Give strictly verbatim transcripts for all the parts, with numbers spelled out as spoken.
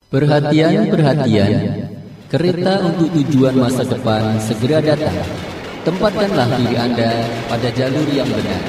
Perhatian, perhatian, kereta untuk tujuan masa depan segera datang. Tempatkanlah diri Anda pada jalur yang benar.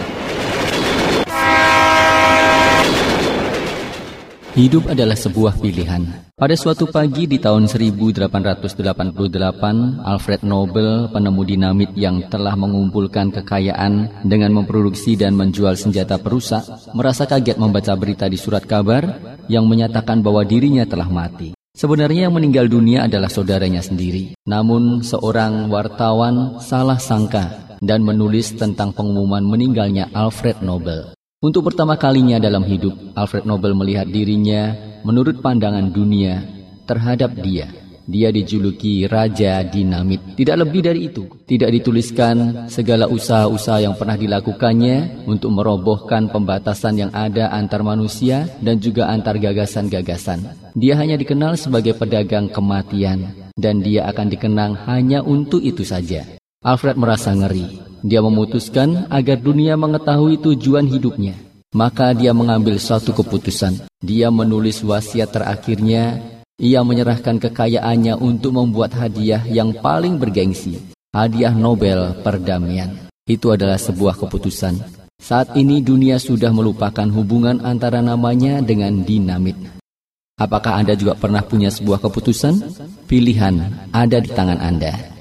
Hidup adalah sebuah pilihan. Pada suatu pagi di tahun seribu delapan ratus delapan puluh delapan, Alfred Nobel, penemu dinamit yang telah mengumpulkan kekayaan dengan memproduksi dan menjual senjata perusak, merasa kaget membaca berita di surat kabar yang menyatakan bahwa dirinya telah mati. Sebenarnya yang meninggal dunia adalah saudaranya sendiri. Namun seorang wartawan salah sangka dan menulis tentang pengumuman meninggalnya Alfred Nobel. Untuk pertama kalinya dalam hidup, Alfred Nobel melihat dirinya menurut pandangan dunia terhadap dia. Dia dijuluki Raja Dinamit. Tidak lebih dari itu. Tidak dituliskan segala usaha-usaha yang pernah dilakukannya untuk merobohkan pembatasan yang ada antar manusia dan juga antar gagasan-gagasan. Dia hanya dikenal sebagai pedagang kematian, dan dia akan dikenang hanya untuk itu saja. Alfred merasa ngeri. Dia memutuskan agar dunia mengetahui tujuan hidupnya. Maka dia mengambil suatu keputusan. Dia menulis wasiat terakhirnya. Ia menyerahkan kekayaannya untuk membuat hadiah yang paling bergengsi. Hadiah Nobel Perdamaian. Itu adalah sebuah keputusan. Saat ini dunia sudah melupakan hubungan antara namanya dengan dinamit. Apakah Anda juga pernah punya sebuah keputusan? Pilihan ada di tangan Anda.